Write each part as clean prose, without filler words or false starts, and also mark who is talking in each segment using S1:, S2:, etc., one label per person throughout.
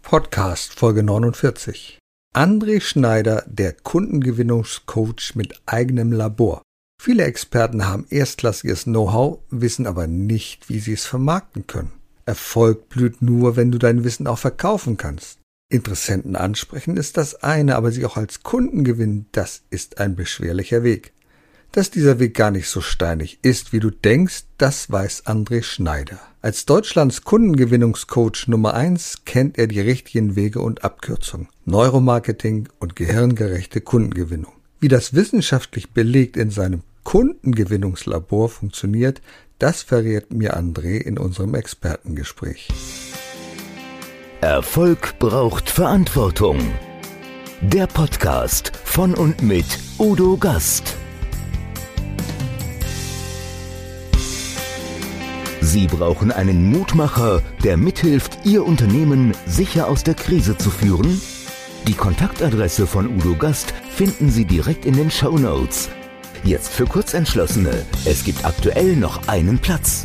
S1: Podcast Folge 49. André Schneider, der Kundengewinnungscoach mit eigenem Labor. Viele Experten haben erstklassiges Know-how, wissen aber nicht, wie sie es vermarkten können. Erfolg blüht nur, wenn du dein Wissen auch verkaufen kannst. Interessenten ansprechen ist das eine, aber sie auch als Kunden gewinnen, das ist ein beschwerlicher Weg. Dass dieser Weg gar nicht so steinig ist, wie du denkst, das weiß André Schneider. Als Deutschlands Kundengewinnungscoach Nummer 1 kennt er die richtigen Wege und Abkürzungen. Neuromarketing und gehirngerechte Kundengewinnung. Wie das wissenschaftlich belegt in seinem Kundengewinnungslabor funktioniert, das verrät mir André in unserem Expertengespräch.
S2: Erfolg braucht Verantwortung. Der Podcast von und mit Udo Gast. Sie brauchen einen Mutmacher, der mithilft, Ihr Unternehmen sicher aus der Krise zu führen? Die Kontaktadresse von Udo Gast finden Sie direkt in den Shownotes. Jetzt für Kurzentschlossene. Es gibt aktuell noch einen Platz.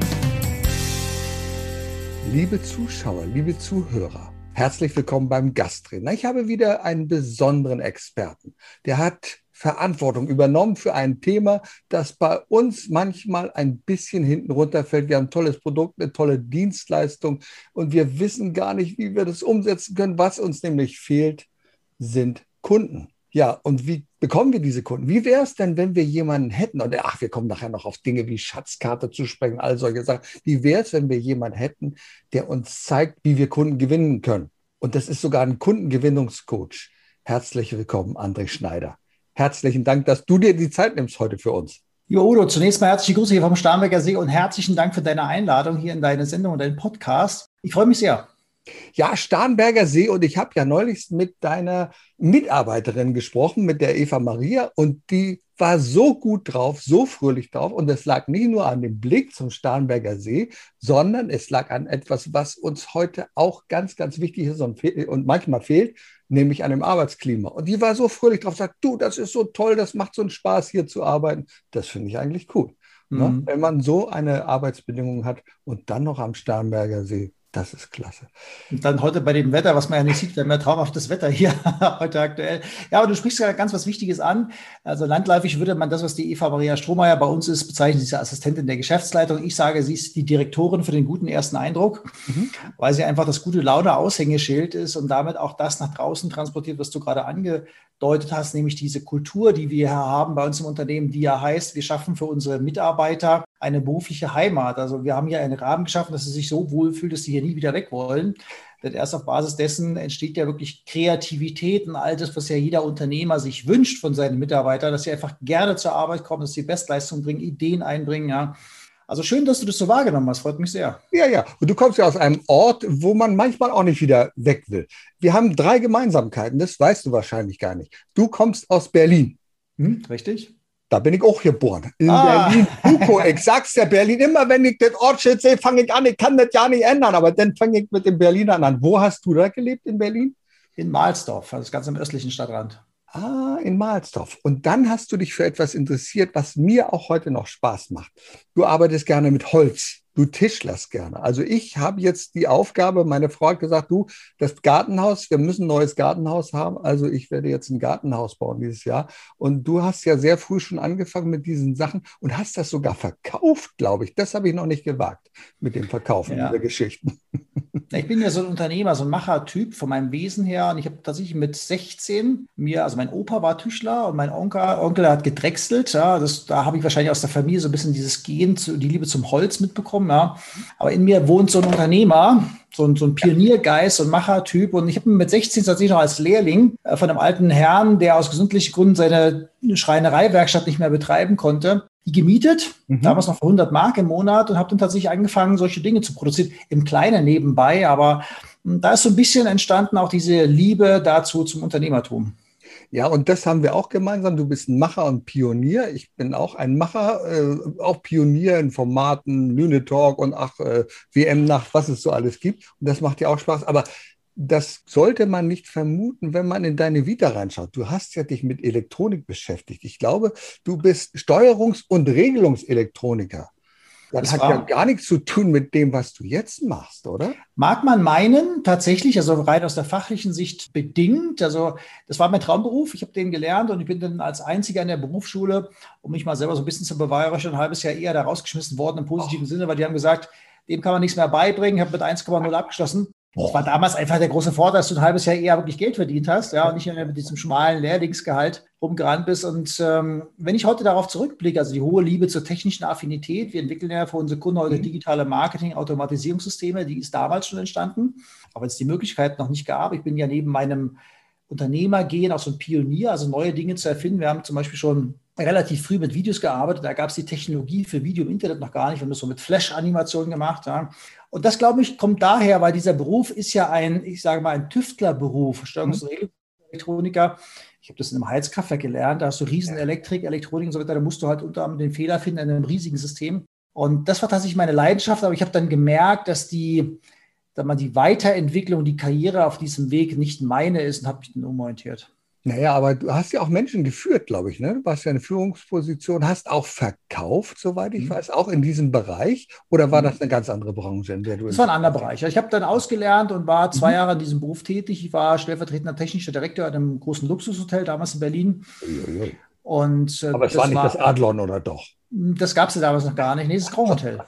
S1: Liebe Zuschauer, liebe Zuhörer, herzlich willkommen beim Gasttrainer. Ich habe wieder einen besonderen Experten. Der hat Verantwortung übernommen für ein Thema, das bei uns manchmal ein bisschen hinten runterfällt. Wir haben ein tolles Produkt, eine tolle Dienstleistung und wir wissen gar nicht, wie wir das umsetzen können. Was uns nämlich fehlt, sind Kunden. Ja, und wie bekommen wir diese Kunden? Wie wäre es denn, wenn wir jemanden hätten? Und wir kommen nachher noch auf Dinge wie Schatzkarte zu sprechen, all solche Sachen. Wie wäre es, wenn wir jemanden hätten, der uns zeigt, wie wir Kunden gewinnen können? Und das ist sogar ein Kundengewinnungscoach. Herzlich willkommen, André Schneider. Herzlichen Dank, dass du dir die Zeit nimmst heute für uns.
S3: Jo, Udo, zunächst mal herzliche Grüße hier vom Starnberger See und herzlichen Dank für deine Einladung hier in deine Sendung und deinen Podcast. Ich freue mich sehr.
S1: Ja, Starnberger See, und ich habe ja neulich mit deiner Mitarbeiterin gesprochen, mit der Eva Maria, und die war so gut drauf, so fröhlich drauf, und es lag nicht nur an dem Blick zum Starnberger See, sondern es lag an etwas, was uns heute auch ganz, ganz wichtig ist und manchmal fehlt, nämlich an dem Arbeitsklima. Und die war so fröhlich drauf, sagt, du, das ist so toll, das macht so einen Spaß, hier zu arbeiten. Das finde ich eigentlich cool, ne? Wenn man so eine Arbeitsbedingung hat und dann noch am Starnberger See. Das ist klasse.
S3: Und dann heute bei dem Wetter, was man ja nicht sieht, wir haben ja traumhaftes Wetter hier heute aktuell. Ja, aber du sprichst ja ganz was Wichtiges an. Also landläufig würde man das, was die Eva Maria Strohmeier bei uns ist, bezeichnen, diese Assistentin der Geschäftsleitung. Ich sage, sie ist die Direktorin für den guten ersten Eindruck, weil sie einfach das gute Laune-Aushängeschild ist und damit auch das nach draußen transportiert, was du gerade angedeutet hast, nämlich diese Kultur, die wir hier haben bei uns im Unternehmen, die ja heißt, wir schaffen für unsere Mitarbeiter eine berufliche Heimat. Also wir haben hier einen Rahmen geschaffen, dass sie sich so wohlfühlen, dass sie hier nie wieder weg wollen. Denn erst auf Basis dessen entsteht ja wirklich Kreativität und all das, was ja jeder Unternehmer sich wünscht von seinen Mitarbeitern, dass sie einfach gerne zur Arbeit kommen, dass sie Bestleistung bringen, Ideen einbringen. Ja. Also schön, dass du das so wahrgenommen hast, freut mich sehr.
S1: Ja. Und du kommst ja aus einem Ort, wo man manchmal auch nicht wieder weg will. Wir haben 3 Gemeinsamkeiten, das weißt du wahrscheinlich gar nicht. Du kommst aus Berlin.
S3: Richtig.
S1: Da bin ich auch geboren. In Berlin. Buko, ich sag's ja, Berlin. Immer wenn ich das Ortsschild sehe, fange ich an. Ich kann das ja nicht ändern, aber dann fange ich mit dem Berlinern an. Wo hast du da gelebt in Berlin?
S3: In Mahlsdorf, also ganz am östlichen Stadtrand.
S1: In Mahlsdorf. Und dann hast du dich für etwas interessiert, was mir auch heute noch Spaß macht. Du arbeitest gerne mit Holz. Du tischlerst gerne. Also ich habe jetzt die Aufgabe, meine Frau hat gesagt, du, das Gartenhaus, wir müssen ein neues Gartenhaus haben. Also ich werde jetzt ein Gartenhaus bauen dieses Jahr. Und du hast ja sehr früh schon angefangen mit diesen Sachen und hast das sogar verkauft, glaube ich. Das habe ich noch nicht gewagt mit dem Verkaufen dieser Geschichten.
S3: Ich bin ja so ein Unternehmer, so ein Machertyp von meinem Wesen her. Und ich habe tatsächlich mit 16 also mein Opa war Tischler und mein Onkel hat gedrechselt. Ja, da habe ich wahrscheinlich aus der Familie so ein bisschen dieses Gehen, die Liebe zum Holz mitbekommen. Ja. Aber in mir wohnt so ein Unternehmer, so ein Pioniergeist, so ein Machertyp. Und ich habe mit 16 tatsächlich noch als Lehrling von einem alten Herrn, der aus gesundheitlichen Gründen seine Schreinereiwerkstatt nicht mehr betreiben konnte, die gemietet, damals noch für 100 Mark im Monat, und habe dann tatsächlich angefangen, solche Dinge zu produzieren, im Kleinen nebenbei. Aber da ist so ein bisschen entstanden auch diese Liebe dazu zum Unternehmertum.
S1: Ja, und das haben wir auch gemeinsam. Du bist ein Macher und Pionier. Ich bin auch ein Macher, auch Pionier in Formaten, Lüne Talk und WM-Nacht, was es so alles gibt. Und das macht ja auch Spaß. Aber das sollte man nicht vermuten, wenn man in deine Vita reinschaut. Du hast ja dich mit Elektronik beschäftigt. Ich glaube, du bist Steuerungs- und Regelungselektroniker. Das hat ja gar nichts zu tun mit dem, was du jetzt machst, oder?
S3: Mag man meinen, tatsächlich, also rein aus der fachlichen Sicht bedingt. Also das war mein Traumberuf, ich habe den gelernt und ich bin dann als Einziger in der Berufsschule, um mich mal selber so ein bisschen zu beweihräuchern, ein halbes Jahr eher da rausgeschmissen worden im positiven Sinne, weil die haben gesagt, dem kann man nichts mehr beibringen, ich habe mit 1,0 abgeschlossen. Das war damals einfach der große Vorteil, dass du ein halbes Jahr eher wirklich Geld verdient hast, ja, und nicht mehr mit diesem schmalen Lehrlingsgehalt rumgerannt bist. Und wenn ich heute darauf zurückblicke, also die hohe Liebe zur technischen Affinität, wir entwickeln ja für unsere Kunden heute digitale Marketing-Automatisierungssysteme, die ist damals schon entstanden, aber es die Möglichkeit noch nicht gab. Ich bin ja neben meinem Unternehmergehen auch so ein Pionier, also neue Dinge zu erfinden. Wir haben zum Beispiel schon relativ früh mit Videos gearbeitet. Da gab es die Technologie für Video im Internet noch gar nicht. Wir haben das so mit Flash-Animationen gemacht. Ja. Und das, glaube ich, kommt daher, weil dieser Beruf ist ja ein Tüftlerberuf, Steuerungs- und Elektroniker. Ich habe das in einem Heizkraftwerk gelernt. Da hast du Riesenelektrik, Elektronik und so weiter. Da musst du halt unter anderem den Fehler finden in einem riesigen System. Und das war tatsächlich meine Leidenschaft. Aber ich habe dann gemerkt, dass die Weiterentwicklung, die Karriere auf diesem Weg nicht meine ist und habe mich dann umorientiert.
S1: Naja, aber du hast ja auch Menschen geführt, glaube ich, ne? Du warst ja eine Führungsposition, hast auch verkauft, soweit ich weiß, auch in diesem Bereich. Oder war das eine ganz andere Branche, in der du...
S3: Das war ein anderer Bereich. Ich habe dann ausgelernt und war 2 Jahre in diesem Beruf tätig. Ich war stellvertretender technischer Direktor in einem großen Luxushotel, damals in Berlin. Und,
S1: aber es war nicht das Adlon, oder doch?
S3: Das gab es ja damals noch gar nicht. Nee, das ist das Grand Hotel.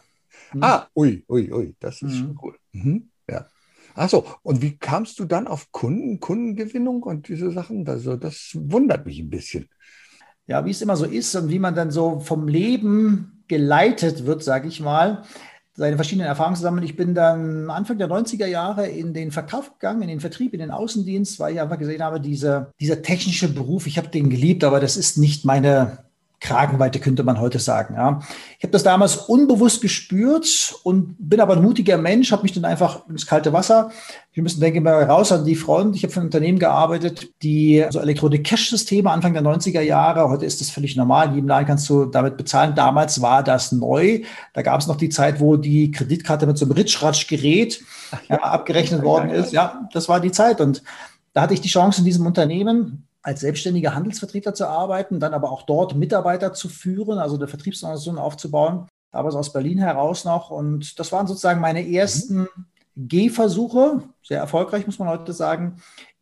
S1: Das ist schon cool. Ja. Achso, und wie kamst du dann auf Kundengewinnung und diese Sachen? Also das wundert mich ein bisschen.
S3: Ja, wie es immer so ist und wie man dann so vom Leben geleitet wird, sage ich mal, seine verschiedenen Erfahrungen sammeln. Ich bin dann Anfang der 90er Jahre in den Verkauf gegangen, in den Vertrieb, in den Außendienst, weil ich einfach gesehen habe, dieser technische Beruf, ich habe den geliebt, aber das ist nicht meine Kragenweite, könnte man heute sagen. Ja. Ich habe das damals unbewusst gespürt und bin aber ein mutiger Mensch, habe mich dann einfach ins kalte Wasser. Wir müssen, denke ich mal, raus an die Front. Ich habe für ein Unternehmen gearbeitet, die so Elektronik-Cash-Systeme Anfang der 90er Jahre, heute ist das völlig normal, in jedem Laden kannst du damit bezahlen. Damals war das neu. Da gab es noch die Zeit, wo die Kreditkarte mit so einem Ritschratsch-Gerät abgerechnet worden ist. Ja, das war die Zeit und da hatte ich die Chance in diesem Unternehmen als selbstständiger Handelsvertreter zu arbeiten, dann aber auch dort Mitarbeiter zu führen, also eine Vertriebsorganisation aufzubauen, aber aus Berlin heraus noch. Und das waren sozusagen meine ersten Gehversuche, sehr erfolgreich, muss man heute sagen,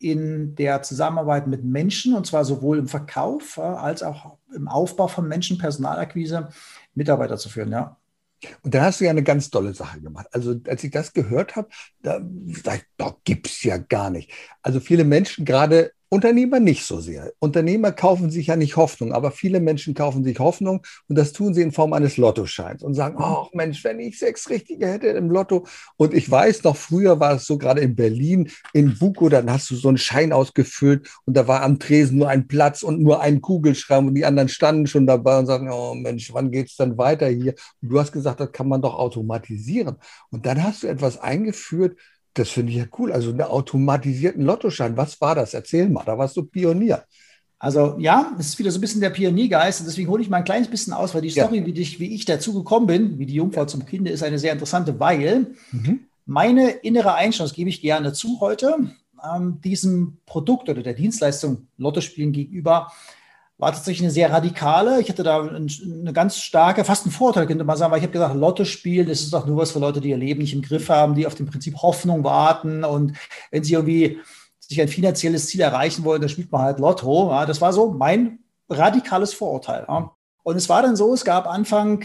S3: in der Zusammenarbeit mit Menschen, und zwar sowohl im Verkauf als auch im Aufbau von Menschen, Personalakquise, Mitarbeiter zu führen, ja.
S1: Und dann hast du ja eine ganz tolle Sache gemacht. Also als ich das gehört habe, da gibt es ja gar nicht. Also viele Menschen, gerade Unternehmer nicht so sehr. Unternehmer kaufen sich ja nicht Hoffnung, aber viele Menschen kaufen sich Hoffnung und das tun sie in Form eines Lottoscheins und sagen, oh Mensch, wenn ich 6 Richtige hätte im Lotto. Und ich weiß noch, früher war es so, gerade in Berlin, in Buko, dann hast du so einen Schein ausgefüllt und da war am Tresen nur ein Platz und nur ein Kugelschreiber und die anderen standen schon dabei und sagten, oh Mensch, wann geht es dann weiter hier? Und du hast gesagt, das kann man doch automatisieren. Und dann hast du etwas eingeführt. Das finde ich ja cool. Also einen automatisierten Lottoschein. Was war das? Erzähl mal. Da warst du Pionier.
S3: Also ja, es ist wieder so ein bisschen der Pioniergeist. Und deswegen hole ich mal ein kleines bisschen aus, weil die Story, wie ich dazu gekommen bin, wie die Jungfrau zum Kinde, ist eine sehr interessante, weil meine innere Einstellung, das gebe ich gerne zu heute, diesem Produkt oder der Dienstleistung Lottospielen gegenüber, war tatsächlich eine sehr radikale. Ich hatte da eine ganz starke, fast einen Vorteil, könnte man sagen, weil ich habe gesagt, Lotto spielen, das ist doch nur was für Leute, die ihr Leben nicht im Griff haben, die auf dem Prinzip Hoffnung warten und wenn sie irgendwie sich ein finanzielles Ziel erreichen wollen, dann spielt man halt Lotto. Ja, das war so mein radikales Vorurteil. Ja. Und es war dann so, es gab Anfang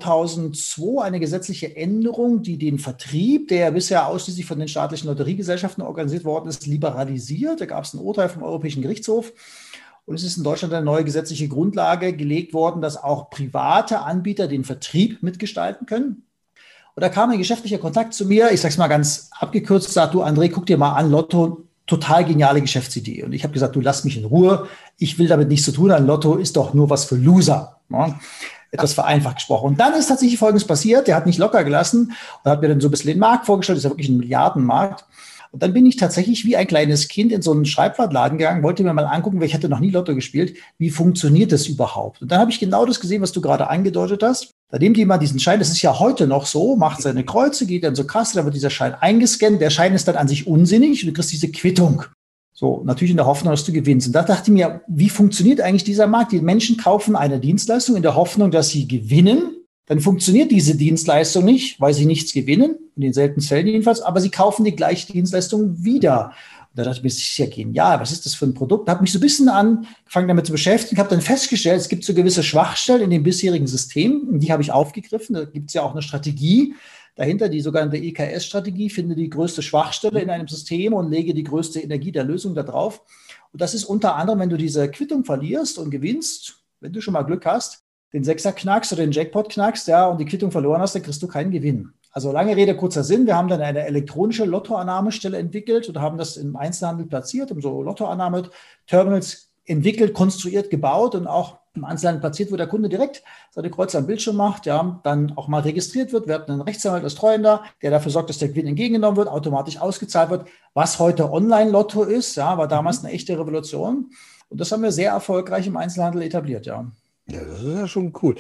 S3: 2002 eine gesetzliche Änderung, die den Vertrieb, der bisher ausschließlich von den staatlichen Lotteriegesellschaften organisiert worden ist, liberalisiert. Da gab es ein Urteil vom Europäischen Gerichtshof. Und es ist in Deutschland eine neue gesetzliche Grundlage gelegt worden, dass auch private Anbieter den Vertrieb mitgestalten können. Und da kam ein geschäftlicher Kontakt zu mir, ich sage es mal ganz abgekürzt, sagt, du André, guck dir mal an, Lotto, total geniale Geschäftsidee. Und ich habe gesagt, du lass mich in Ruhe, ich will damit nichts zu tun haben, Lotto ist doch nur was für Loser. Ja? Etwas vereinfacht gesprochen. Und dann ist tatsächlich Folgendes passiert, der hat nicht locker gelassen und hat mir dann so ein bisschen den Markt vorgestellt, das ist ja wirklich ein Milliardenmarkt. Und dann bin ich tatsächlich wie ein kleines Kind in so einen Schreibwarenladen gegangen, wollte mir mal angucken, weil ich hatte noch nie Lotto gespielt, wie funktioniert das überhaupt? Und dann habe ich genau das gesehen, was du gerade angedeutet hast. Da nimmt jemand diesen Schein, das ist ja heute noch so, macht seine Kreuze, geht dann zur Kasse, dann wird dieser Schein eingescannt. Der Schein ist dann an sich unsinnig und du kriegst diese Quittung. So, natürlich in der Hoffnung, dass du gewinnst. Und da dachte ich mir, wie funktioniert eigentlich dieser Markt? Die Menschen kaufen eine Dienstleistung in der Hoffnung, dass sie gewinnen. dann funktioniert diese Dienstleistung nicht, weil sie nichts gewinnen, in den seltenen Fällen jedenfalls, aber sie kaufen die gleiche Dienstleistung wieder. Und da dachte ich mir, das ist ja genial, was ist das für ein Produkt? Habe mich so ein bisschen angefangen damit zu beschäftigen, habe dann festgestellt, es gibt so gewisse Schwachstellen in dem bisherigen System, die habe ich aufgegriffen, da gibt es ja auch eine Strategie dahinter, die sogenannte EKS-Strategie, finde die größte Schwachstelle in einem System und lege die größte Energie der Lösung da drauf. Und das ist unter anderem, wenn du diese Quittung verlierst und gewinnst, wenn du schon mal Glück hast, den Sechser knackst oder den Jackpot knackst, ja, und die Quittung verloren hast, dann kriegst du keinen Gewinn. Also lange Rede, kurzer Sinn. Wir haben dann eine elektronische Lottoannahmestelle entwickelt und haben das im Einzelhandel platziert, haben so Lottoannahme-Terminals entwickelt, konstruiert, gebaut und auch im Einzelhandel platziert, wo der Kunde direkt seine Kreuze am Bildschirm macht, ja, dann auch mal registriert wird. Wir hatten einen Rechtsanwalt als Treuhänder, der dafür sorgt, dass der Gewinn entgegengenommen wird, automatisch ausgezahlt wird. Was heute Online-Lotto ist, ja, war damals eine echte Revolution. Und das haben wir sehr erfolgreich im Einzelhandel etabliert, ja.
S1: Ja, das ist ja schon cool.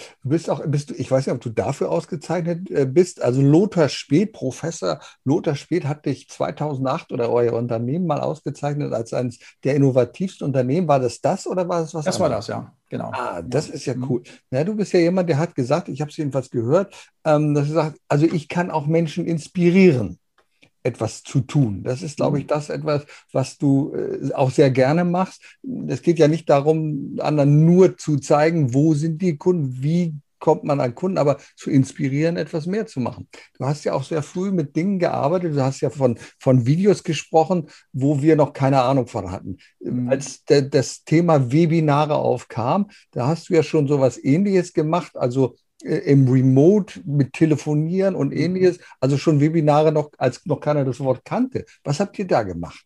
S1: Ich weiß nicht, ob du dafür ausgezeichnet bist. Also Lothar Späth, Professor Lothar Späth hat dich 2008 oder euer Unternehmen mal ausgezeichnet als eines der innovativsten Unternehmen. War das oder war das was anderes?
S3: Das war das, ja, genau.
S1: Das ist ja cool. Ja, du bist ja jemand, der hat gesagt, ich habe es jedenfalls gehört, dass er sagt, also ich kann auch Menschen inspirieren, etwas zu tun. Das ist, glaube ich, das etwas, was du auch sehr gerne machst. Es geht ja nicht darum, anderen nur zu zeigen, wo sind die Kunden, wie kommt man an Kunden, aber zu inspirieren, etwas mehr zu machen. Du hast ja auch sehr früh mit Dingen gearbeitet. Du hast ja von Videos gesprochen, wo wir noch keine Ahnung von hatten. Als das Thema Webinare aufkam, da hast du ja schon sowas Ähnliches gemacht, also im Remote mit Telefonieren und Ähnliches, also schon Webinare noch, als noch keiner das Wort kannte. Was habt ihr da gemacht?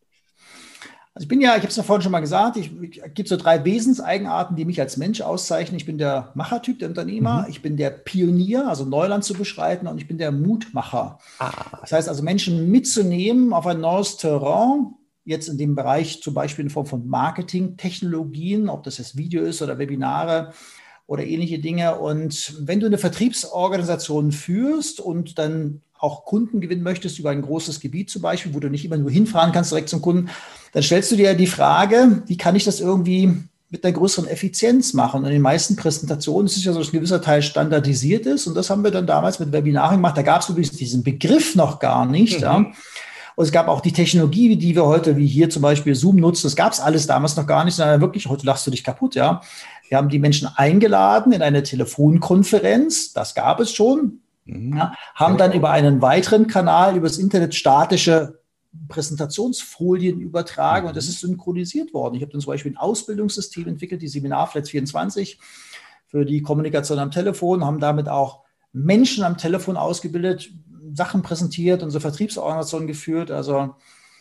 S3: Also ich habe es ja vorhin schon mal gesagt, es gibt so 3 Wesenseigenarten, die mich als Mensch auszeichnen. Ich bin der Machertyp, der Unternehmer, ich bin der Pionier, also Neuland zu beschreiten, und ich bin der Mutmacher. Das heißt also, Menschen mitzunehmen auf ein neues Terrain, jetzt in dem Bereich zum Beispiel in Form von Marketing-Technologien, ob das jetzt Video ist oder Webinare oder ähnliche Dinge. Und wenn du eine Vertriebsorganisation führst und dann auch Kunden gewinnen möchtest über ein großes Gebiet zum Beispiel, wo du nicht immer nur hinfahren kannst direkt zum Kunden, dann stellst du dir die Frage, wie kann ich das irgendwie mit einer größeren Effizienz machen? Und in den meisten Präsentationen ist es ja so, dass ein gewisser Teil standardisiert ist. Und das haben wir dann damals mit Webinaren gemacht. Da gab es übrigens diesen Begriff noch gar nicht. Ja. Und es gab auch die Technologie, die wir heute, wie hier zum Beispiel Zoom nutzen, das gab es alles damals noch gar nicht, sondern wirklich, heute lachst du dich kaputt, ja. Wir haben die Menschen eingeladen in eine Telefonkonferenz, das gab es schon, ja, haben dann über einen weiteren Kanal, über das Internet statische Präsentationsfolien übertragen und das ist synchronisiert worden. Ich habe dann zum Beispiel ein Ausbildungssystem entwickelt, die Seminarflat 24 für die Kommunikation am Telefon, haben damit auch Menschen am Telefon ausgebildet, Sachen präsentiert, unsere Vertriebsorganisation geführt. Also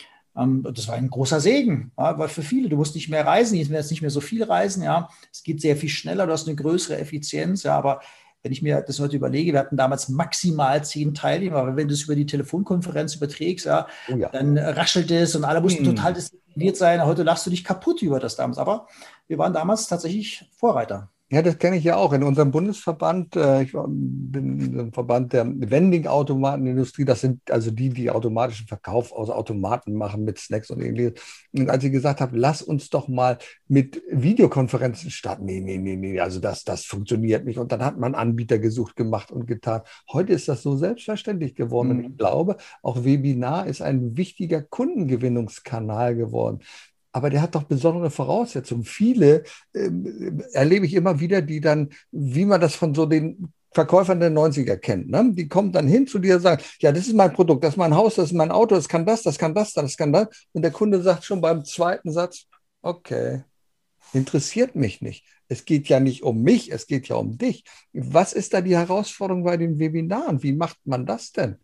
S3: das war ein großer Segen, ja, weil für viele, du musst nicht mehr reisen, jetzt nicht mehr so viel reisen, ja. Es geht sehr viel schneller, du hast eine größere Effizienz, ja, aber wenn ich mir das heute überlege, wir hatten damals maximal 10 Teilnehmer, aber wenn du es über die Telefonkonferenz überträgst, ja, dann raschelt es und alle mussten total diszipliniert sein. Heute lachst du dich kaputt über das damals, aber wir waren damals tatsächlich Vorreiter.
S1: Ja, das kenne ich ja auch. In unserem Bundesverband, ich bin im Verband der Vending-Automatenindustrie, das sind also die automatischen Verkauf aus Automaten machen mit Snacks und ähnliches. Und als ich gesagt habe, lass uns doch mal mit Videokonferenzen starten, nee, also das funktioniert nicht. Und dann hat man Anbieter gesucht, gemacht und getan. Heute ist das so selbstverständlich geworden. Und ich glaube, auch Webinar ist ein wichtiger Kundengewinnungskanal geworden. Aber der hat doch besondere Voraussetzungen. Viele erlebe ich immer wieder, die dann, wie man das von so den Verkäufern der 90er kennt, ne? Die kommen dann hin zu dir und sagen, ja, das ist mein Produkt, das ist mein Haus, das ist mein Auto, das kann das, das kann das, das kann das. Und der Kunde sagt schon beim zweiten Satz, okay, interessiert mich nicht. Es geht ja nicht um mich, es geht ja um dich. Was ist da die Herausforderung bei den Webinaren? Wie macht man das denn?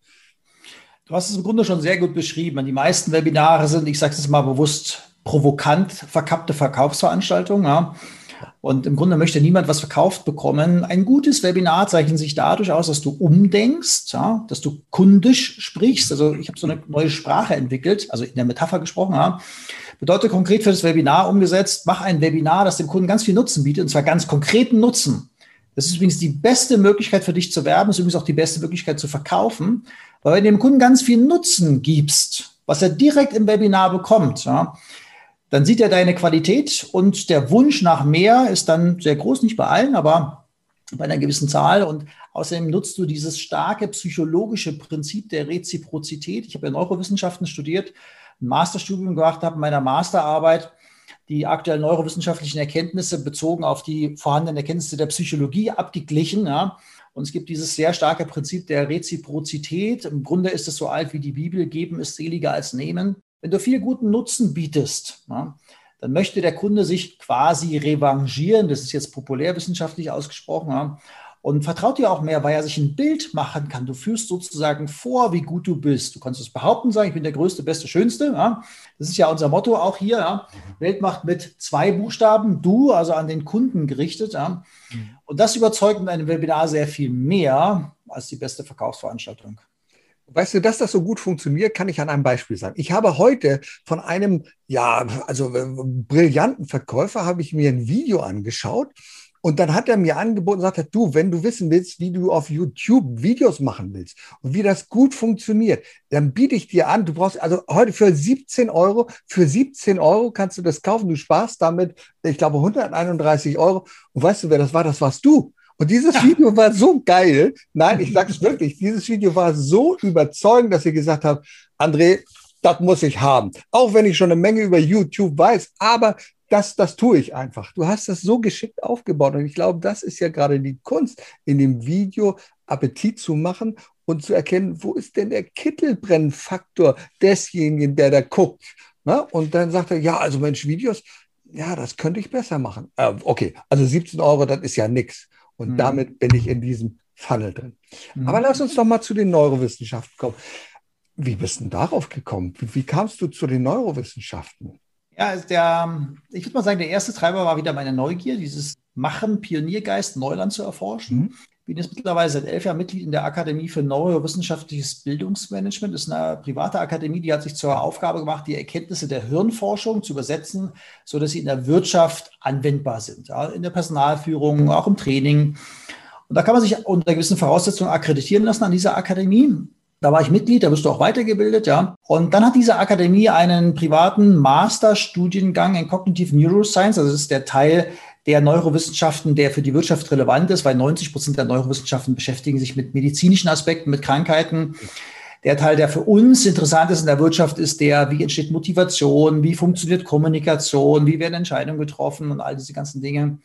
S3: Du hast es im Grunde schon sehr gut beschrieben. Die meisten Webinare sind, ich sage es mal bewusst, provokant verkappte Verkaufsveranstaltungen. Ja. Und im Grunde möchte niemand was verkauft bekommen. Ein gutes Webinar zeichnet sich dadurch aus, dass du umdenkst, ja, dass du kundisch sprichst. Also ich habe so eine neue Sprache entwickelt, also in der Metapher gesprochen. Ja. Bedeutet konkret für das Webinar umgesetzt, mach ein Webinar, das dem Kunden ganz viel Nutzen bietet, und zwar ganz konkreten Nutzen. Das ist übrigens die beste Möglichkeit für dich zu werben, ist übrigens auch die beste Möglichkeit zu verkaufen, weil wenn du dem Kunden ganz viel Nutzen gibst, was er direkt im Webinar bekommt, ja, dann sieht er deine Qualität und der Wunsch nach mehr ist dann sehr groß, nicht bei allen, aber bei einer gewissen Zahl. Und außerdem nutzt du dieses starke psychologische Prinzip der Reziprozität. Ich habe ja Neurowissenschaften studiert, ein Masterstudium gemacht, habe in meiner Masterarbeit die aktuellen neurowissenschaftlichen Erkenntnisse bezogen auf die vorhandenen Erkenntnisse der Psychologie abgeglichen. Ja. Und es gibt dieses sehr starke Prinzip der Reziprozität. Im Grunde ist es so alt wie die Bibel: Geben ist seliger als nehmen. Wenn du viel guten Nutzen bietest, ja, dann möchte der Kunde sich quasi revanchieren. Das ist jetzt populärwissenschaftlich ausgesprochen. Ja, und vertraut dir auch mehr, weil er sich ein Bild machen kann. Du führst sozusagen vor, wie gut du bist. Du kannst es behaupten, sagen, ich bin der Größte, Beste, Schönste. Ja. Das ist ja unser Motto auch hier. Ja. Weltmacht mit 2 Buchstaben, du, also an den Kunden gerichtet. Ja. Und das überzeugt in einem Webinar sehr viel mehr als die beste Verkaufsveranstaltung.
S1: Weißt du, dass das so gut funktioniert, kann ich an einem Beispiel sagen. Ich habe heute von einem, brillanten Verkäufer, habe ich mir ein Video angeschaut. Und dann hat er mir angeboten, sagte, du, wenn du wissen willst, wie du auf YouTube Videos machen willst und wie das gut funktioniert, dann biete ich dir an, du brauchst also heute für 17 Euro kannst du das kaufen. Du sparst damit, ich glaube, 131 Euro. Und weißt du, wer das war? Das warst du. Und dieses Video war so geil. Nein, ich sage es wirklich. Dieses Video war so überzeugend, dass ich gesagt habe, André, das muss ich haben. Auch wenn ich schon eine Menge über YouTube weiß, aber das tue ich einfach. Du hast das so geschickt aufgebaut. Und ich glaube, das ist ja gerade die Kunst, in dem Video Appetit zu machen und zu erkennen, wo ist denn der Kittelbrennfaktor desjenigen, der da guckt. Na? Und dann sagt er, ja, also Mensch, Videos, ja, das könnte ich besser machen. Okay, also 17 Euro, das ist ja nichts. Und damit bin ich in diesem Funnel drin. Aber lass uns doch mal zu den Neurowissenschaften kommen. Wie bist du denn darauf gekommen? Wie kamst du zu den Neurowissenschaften?
S3: Ja, ich würde mal sagen, der erste Treiber war wieder meine Neugier, dieses Machen, Pioniergeist, Neuland zu erforschen. Ich bin jetzt mittlerweile seit 11 Jahren Mitglied in der Akademie für Neurowissenschaftliches Bildungsmanagement. Das ist eine private Akademie, die hat sich zur Aufgabe gemacht, die Erkenntnisse der Hirnforschung zu übersetzen, sodass sie in der Wirtschaft anwendbar sind. Ja, in der Personalführung, auch im Training. Und da kann man sich unter gewissen Voraussetzungen akkreditieren lassen an dieser Akademie. Da war ich Mitglied, da wirst du auch weitergebildet, ja. Und dann hat diese Akademie einen privaten Masterstudiengang in Cognitive Neuroscience. Also das ist der Teil der Neurowissenschaften, der für die Wirtschaft relevant ist, weil 90% der Neurowissenschaften beschäftigen sich mit medizinischen Aspekten, mit Krankheiten. Der Teil, der für uns interessant ist in der Wirtschaft, ist der, wie entsteht Motivation, wie funktioniert Kommunikation, wie werden Entscheidungen getroffen und all diese ganzen Dinge.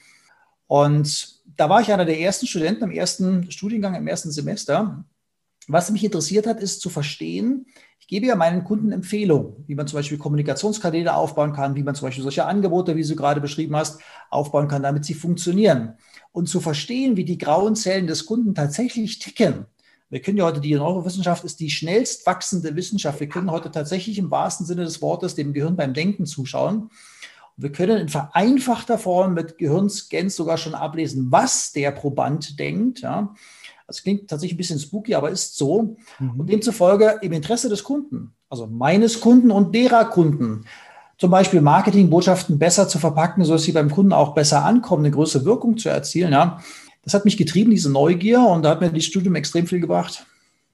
S3: Und da war ich einer der ersten Studenten im ersten Studiengang, im ersten Semester. Was mich interessiert hat, ist zu verstehen, ich gebe ja meinen Kunden Empfehlungen, wie man zum Beispiel Kommunikationskanäle aufbauen kann, wie man zum Beispiel solche Angebote, wie du gerade beschrieben hast, aufbauen kann, damit sie funktionieren. Und zu verstehen, wie die grauen Zellen des Kunden tatsächlich ticken. Wir können ja heute, die Neurowissenschaft ist die schnellst wachsende Wissenschaft. Wir können heute tatsächlich im wahrsten Sinne des Wortes dem Gehirn beim Denken zuschauen. Und wir können in vereinfachter Form mit Gehirnscans sogar schon ablesen, was der Proband denkt, ja. Das klingt tatsächlich ein bisschen spooky, aber ist so. Und demzufolge im Interesse des Kunden, also meines Kunden und derer Kunden, zum Beispiel Marketingbotschaften besser zu verpacken, sodass sie beim Kunden auch besser ankommen, eine größere Wirkung zu erzielen. Ja. Das hat mich getrieben, diese Neugier, und da hat mir das Studium extrem viel gebracht.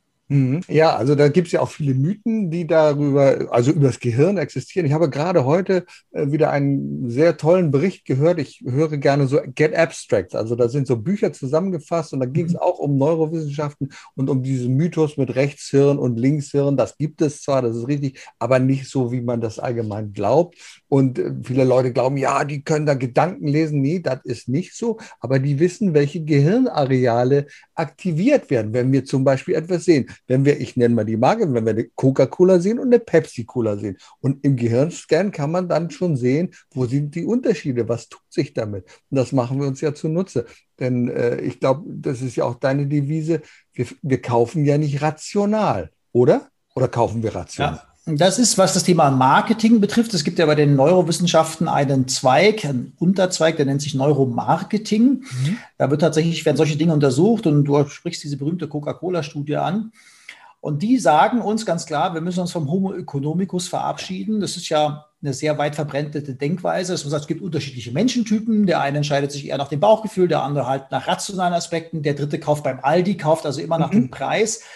S1: Ja, also da gibt es ja auch viele Mythen, die darüber, also über das Gehirn existieren. Ich habe gerade heute wieder einen sehr tollen Bericht gehört. Ich höre gerne so Get Abstract. Also da sind so Bücher zusammengefasst und da ging es auch um Neurowissenschaften und um diesen Mythos mit Rechtshirn und Linkshirn. Das gibt es zwar, das ist richtig, aber nicht so, wie man das allgemein glaubt. Und viele Leute glauben, ja, die können da Gedanken lesen. Nee, das ist nicht so. Aber die wissen, welche Gehirnareale aktiviert werden, wenn wir zum Beispiel etwas sehen. Wenn wir, ich nenne mal die Marke, wenn wir eine Coca-Cola sehen und eine Pepsi-Cola sehen. Und im Gehirnscan kann man dann schon sehen, wo sind die Unterschiede, was tut sich damit. Und das machen wir uns ja zunutze. Denn ich glaube, das ist ja auch deine Devise, wir kaufen ja nicht rational, oder? Oder kaufen wir rational?
S3: Ja. Das ist, was das Thema Marketing betrifft. Es gibt ja bei den Neurowissenschaften einen Zweig, einen Unterzweig, der nennt sich Neuromarketing. Da werden solche Dinge untersucht und du sprichst diese berühmte Coca-Cola-Studie an. Und die sagen uns ganz klar, wir müssen uns vom Homo economicus verabschieden. Das ist ja eine sehr weit verbreitete Denkweise. Das heißt, es gibt unterschiedliche Menschentypen. Der eine entscheidet sich eher nach dem Bauchgefühl, der andere halt nach rationalen Aspekten. Der dritte kauft beim Aldi, kauft also immer nach dem Preis.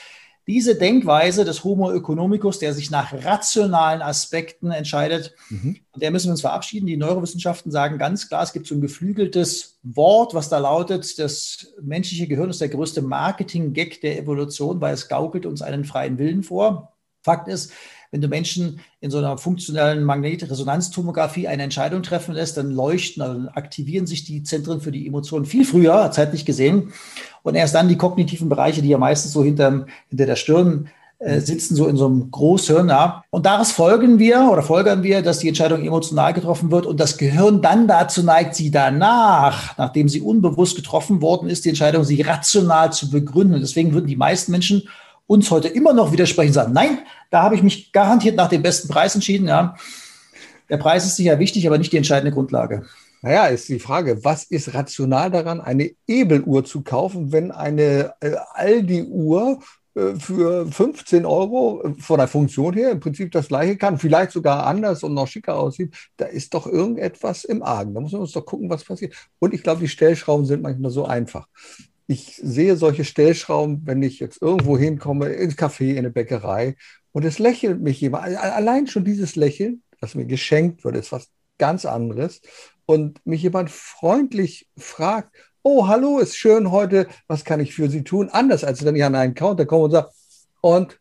S3: Diese Denkweise des Homo economicus, der sich nach rationalen Aspekten entscheidet, von der müssen wir uns verabschieden. Die Neurowissenschaften sagen ganz klar, es gibt so ein geflügeltes Wort, was da lautet, das menschliche Gehirn ist der größte Marketing-Gag der Evolution, weil es gaukelt uns einen freien Willen vor. Fakt ist, wenn du Menschen in so einer funktionellen Magnetresonanztomographie eine Entscheidung treffen lässt, dann leuchten, also aktivieren sich die Zentren für die Emotionen viel früher, zeitlich gesehen. Und erst dann die kognitiven Bereiche, die ja meistens so hinter der Stirn sitzen, so in so einem Großhirn. Ja. Und daraus folgern wir, dass die Entscheidung emotional getroffen wird und das Gehirn dann dazu neigt, sie danach, nachdem sie unbewusst getroffen worden ist, die Entscheidung, sie rational zu begründen. Und deswegen würden die meisten Menschen uns heute immer noch widersprechen, sagen, nein, da habe ich mich garantiert nach dem besten Preis entschieden. Ja. Der Preis ist sicher wichtig, aber nicht die entscheidende Grundlage.
S1: Naja, ist die Frage, was ist rational daran, eine Ebeluhr zu kaufen, wenn eine Aldi-Uhr für 15 € von der Funktion her im Prinzip das Gleiche kann, vielleicht sogar anders und noch schicker aussieht? Da ist doch irgendetwas im Argen. Da muss man uns doch gucken, was passiert. Und ich glaube, die Stellschrauben sind manchmal so einfach. Ich sehe solche Stellschrauben, wenn ich jetzt irgendwo hinkomme, ins Café, in eine Bäckerei, und es lächelt mich jemand. Allein schon dieses Lächeln, das mir geschenkt wird, ist was ganz anderes. Und mich jemand freundlich fragt, oh, hallo, ist schön heute, was kann ich für Sie tun? Anders, als wenn ich an einen Counter komme und sage, und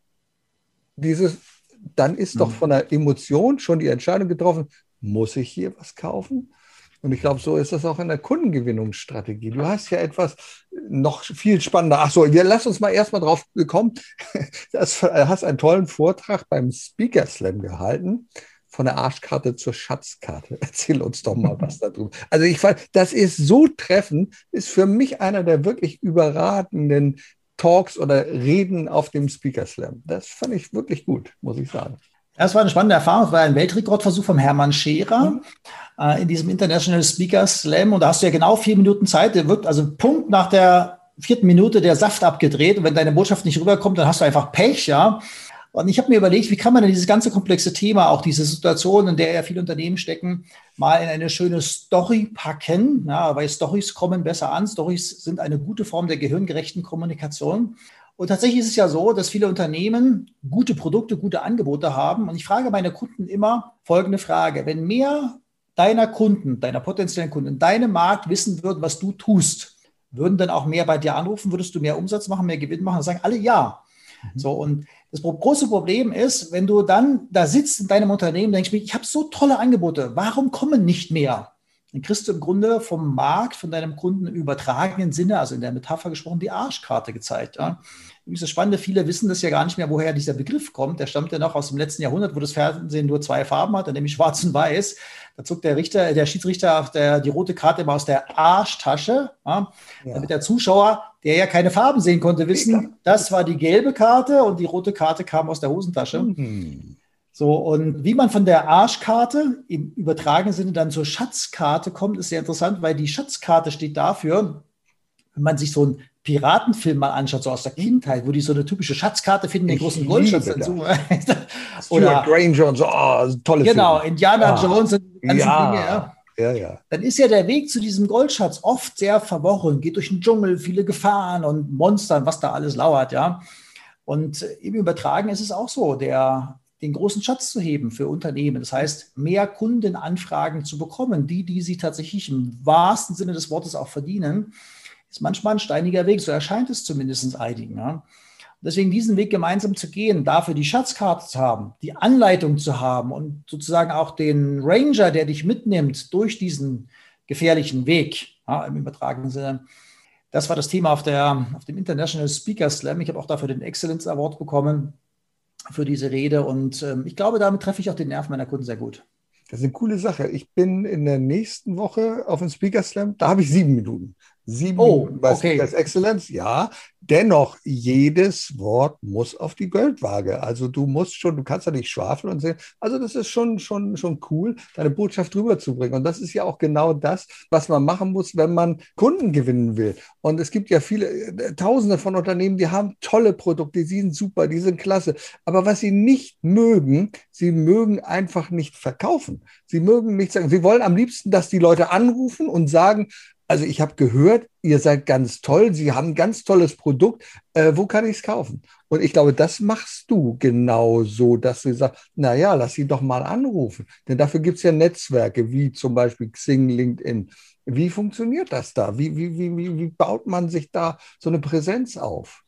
S1: dann ist doch von der Emotion schon die Entscheidung getroffen, muss ich hier was kaufen? Und ich glaube, so ist das auch in der Kundengewinnungsstrategie. Du hast ja etwas noch viel spannender. Ach so, lass uns mal erstmal drauf kommen. Du hast einen tollen Vortrag beim Speaker Slam gehalten, von der Arschkarte zur Schatzkarte. Erzähl uns doch mal was darüber. Also ich fand, das ist so treffend, ist für mich einer der wirklich überragenden Talks oder Reden auf dem Speaker Slam. Das fand ich wirklich gut, muss ich sagen.
S3: Das war eine spannende Erfahrung. Es war ein Weltrekordversuch von Hermann Scherer in diesem International Speaker Slam. Und da hast du ja genau 4 Minuten Zeit. Der wird also Punkt nach der 4. Minute der Saft abgedreht. Und wenn deine Botschaft nicht rüberkommt, dann hast du einfach Pech, ja. Und ich habe mir überlegt, wie kann man denn dieses ganze komplexe Thema, auch diese Situation, in der ja viele Unternehmen stecken, mal in eine schöne Story packen, ja, weil Stories kommen besser an. Stories sind eine gute Form der gehirngerechten Kommunikation. Und tatsächlich ist es ja so, dass viele Unternehmen gute Produkte, gute Angebote haben. Und ich frage meine Kunden immer folgende Frage. Wenn mehr deiner Kunden, deiner potenziellen Kunden in deinem Markt wissen würden, was du tust, würden dann auch mehr bei dir anrufen? Würdest du mehr Umsatz machen, mehr Gewinn machen? Dann sagen alle ja. So, und das große Problem ist, wenn du dann da sitzt in deinem Unternehmen, denkst du, ich habe so tolle Angebote, warum kommen nicht mehr? Dann kriegst du im Grunde vom Markt, von deinem Kunden im übertragenen Sinne, also in der Metapher gesprochen, die Arschkarte gezeigt. Ja. Übrigens das Spannende, viele wissen das ja gar nicht mehr, woher dieser Begriff kommt. Der stammt ja noch aus dem letzten Jahrhundert, wo das Fernsehen nur 2 Farben hatte, nämlich schwarz und weiß. Da zog der Schiedsrichter die rote Karte immer aus der Arschtasche, ja, damit der Zuschauer, der ja keine Farben sehen konnte, wissen, das war die gelbe Karte und die rote Karte kam aus der Hosentasche. So, und wie man von der Arschkarte im übertragenen Sinne dann zur Schatzkarte kommt, ist sehr interessant, weil die Schatzkarte steht dafür, wenn man sich so einen Piratenfilm mal anschaut, so aus der Kindheit, wo die so eine typische Schatzkarte finden, den großen Goldschatz dazu.
S1: Oder Granger und so, tolle
S3: Genau,
S1: Filme.
S3: Indiana Jones und die ganzen Dinge.
S1: Ja.
S3: Dann ist ja der Weg zu diesem Goldschatz oft sehr verworren, geht durch den Dschungel, viele Gefahren und Monstern, was da alles lauert, ja. Und im Übertragen ist es auch so, den großen Schatz zu heben für Unternehmen. Das heißt, mehr Kundenanfragen zu bekommen, die sie tatsächlich im wahrsten Sinne des Wortes auch verdienen, ist manchmal ein steiniger Weg. So erscheint es zumindest einigen. Ja. Deswegen diesen Weg gemeinsam zu gehen, dafür die Schatzkarte zu haben, die Anleitung zu haben und sozusagen auch den Ranger, der dich mitnimmt durch diesen gefährlichen Weg, ja, im übertragenen Sinne. Das war das Thema auf dem International Speaker Slam. Ich habe auch dafür den Excellence Award bekommen für diese Rede und ich glaube, damit treffe ich auch den Nerv meiner Kunden sehr gut.
S1: Das ist eine coole Sache. Ich bin in der nächsten Woche auf dem Speaker Slam, da habe ich 7 Minuten. 7 Minuten bei Speakers Excellence, ja. Dennoch, jedes Wort muss auf die Goldwaage. Also du kannst ja nicht schwafeln und sehen. Also das ist schon cool, deine Botschaft rüberzubringen. Und das ist ja auch genau das, was man machen muss, wenn man Kunden gewinnen will. Und es gibt ja viele, Tausende von Unternehmen, die haben tolle Produkte, die sind super, die sind klasse. Aber was sie nicht mögen, sie mögen einfach nicht verkaufen. Sie mögen nicht sagen, sie wollen am liebsten, dass die Leute anrufen und sagen, Also ich habe gehört, ihr seid ganz toll, Sie haben ein ganz tolles Produkt. Wo kann ich es kaufen? Und ich glaube, das machst du genau so, dass du sagst, naja, lass sie doch mal anrufen. Denn dafür gibt es ja Netzwerke, wie zum Beispiel Xing, LinkedIn. Wie funktioniert das da? Wie baut man sich da so eine Präsenz auf?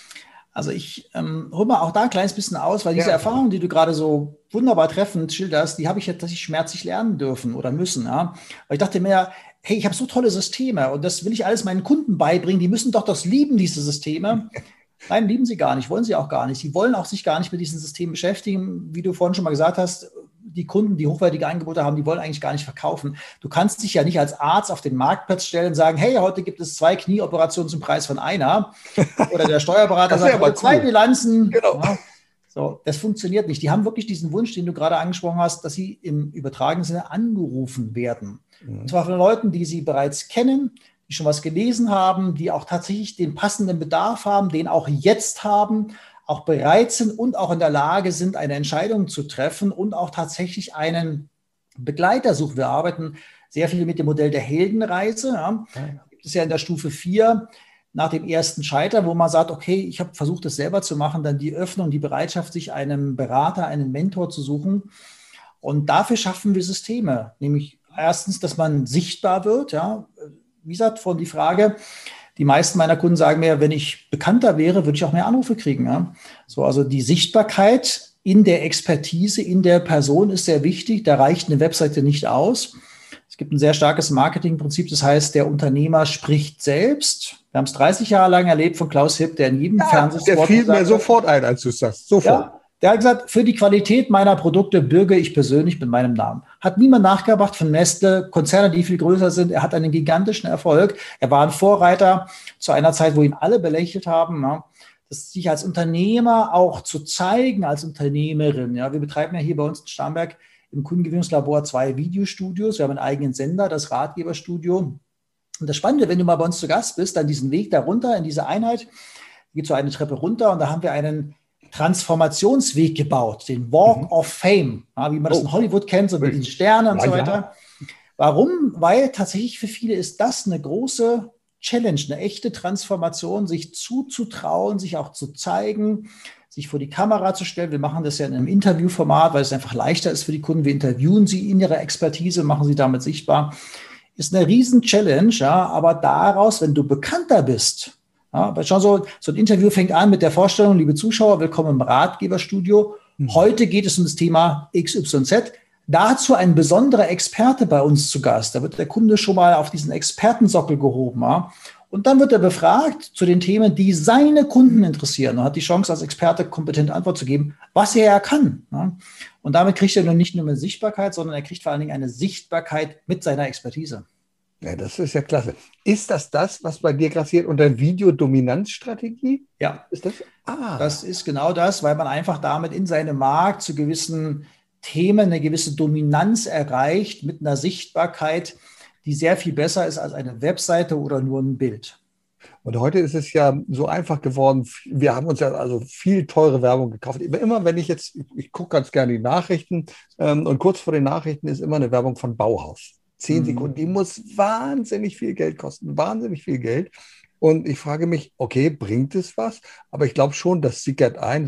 S3: Also ich hole mal auch da ein kleines bisschen aus, weil diese
S1: Ja.
S3: Erfahrung, die du gerade so wunderbar treffend schilderst, die habe ich ja tatsächlich schmerzlich lernen dürfen oder müssen. Ja? Weil ich dachte mir, hey, ich habe so tolle Systeme und das will ich alles meinen Kunden beibringen. Die müssen doch das lieben, diese Systeme. Nein, lieben sie gar nicht, wollen sie auch gar nicht. Sie wollen auch sich gar nicht mit diesen Systemen beschäftigen. Wie du vorhin schon mal gesagt hast, die Kunden, die hochwertige Angebote haben, die wollen eigentlich gar nicht verkaufen. Du kannst dich ja nicht als Arzt auf den Marktplatz stellen und sagen, hey, heute gibt es 2 Knieoperationen zum Preis von einer. Oder der Steuerberater sagt, heute 2 Bilanzen.
S1: Genau.
S3: Ja, so, das funktioniert nicht. Die haben wirklich diesen Wunsch, den du gerade angesprochen hast, dass sie im übertragenen Sinne angerufen werden. Und zwar von Leuten, die sie bereits kennen, die schon was gelesen haben, die auch tatsächlich den passenden Bedarf haben, den auch jetzt haben, auch bereit sind und auch in der Lage sind, eine Entscheidung zu treffen und auch tatsächlich einen Begleiter suchen. Wir arbeiten sehr viel mit dem Modell der Heldenreise. Ja. Gibt es ja in der Stufe 4 nach dem ersten Scheitern, wo man sagt, okay, ich habe versucht, das selber zu machen, dann die Öffnung, die Bereitschaft, sich einen Berater, einen Mentor zu suchen. Und dafür schaffen wir Systeme, nämlich erstens, dass man sichtbar wird. Ja. Wie gesagt, von die Frage, die meisten meiner Kunden sagen mir, wenn ich bekannter wäre, würde ich auch mehr Anrufe kriegen. Ja. So, also die Sichtbarkeit in der Expertise, in der Person ist sehr wichtig. Da reicht eine Webseite nicht aus. Es gibt ein sehr starkes Marketingprinzip, das heißt, der Unternehmer spricht selbst. Wir haben es 30 Jahre lang erlebt von Klaus Hipp, der in jedem Fernsehspot
S1: Der fiel mir sofort ein, als du sagst. Sofort.
S3: Ja, der hat gesagt, für die Qualität meiner Produkte bürge ich persönlich mit meinem Namen. Hat niemand nachgebracht von Nestle, Konzerne, die viel größer sind. Er hat einen gigantischen Erfolg. Er war ein Vorreiter zu einer Zeit, wo ihn alle belächelt haben. Ja. Das sich als Unternehmer auch zu zeigen, als Unternehmerin. Ja. Wir betreiben ja hier bei uns in Starnberg im Kundengewinnungslabor 2 Videostudios. Wir haben einen eigenen Sender, das Ratgeberstudio. Und das Spannende, wenn du mal bei uns zu Gast bist, dann diesen Weg darunter in diese Einheit, geht so eine Treppe runter und da haben wir einen Transformationsweg gebaut, den Walk of Fame, ja, wie man das in Hollywood kennt, so mit den Sternen und so weiter. Warum? Weil tatsächlich für viele ist das eine große Challenge, eine echte Transformation, sich zuzutrauen, sich auch zu zeigen, sich vor die Kamera zu stellen. Wir machen das ja in einem Interviewformat, weil es einfach leichter ist für die Kunden. Wir interviewen sie in ihrer Expertise, machen sie damit sichtbar. Ist eine riesen Challenge, ja, aber daraus, wenn du bekannter bist, ja, weil schon so ein Interview fängt an mit der Vorstellung, liebe Zuschauer, willkommen im Ratgeberstudio. Heute geht es um das Thema XYZ. Dazu ein besonderer Experte bei uns zu Gast. Da wird der Kunde schon mal auf diesen Expertensockel gehoben. Ja. Und dann wird er befragt zu den Themen, die seine Kunden interessieren und hat die Chance, als Experte kompetente Antwort zu geben, was er ja kann. Ja. Und damit kriegt er nun nicht nur eine Sichtbarkeit, sondern er kriegt vor allen Dingen eine Sichtbarkeit mit seiner Expertise.
S1: Ja, das ist ja klasse. Ist das, was bei dir grassiert unter Videodominanzstrategie?
S3: Ja,
S1: ist das?
S3: Das ist genau das, weil man einfach damit in seinem Markt zu gewissen Themen eine gewisse Dominanz erreicht mit einer Sichtbarkeit, die sehr viel besser ist als eine Webseite oder nur ein Bild.
S1: Und heute ist es ja so einfach geworden. Wir haben uns ja also viel teure Werbung gekauft. Immer wenn ich gucke ganz gerne die Nachrichten und kurz vor den Nachrichten ist immer eine Werbung von Bauhaus. 10 Sekunden, die muss wahnsinnig viel Geld kosten, wahnsinnig viel Geld. Und ich frage mich, okay, bringt es was? Aber ich glaube schon, das sickert ein.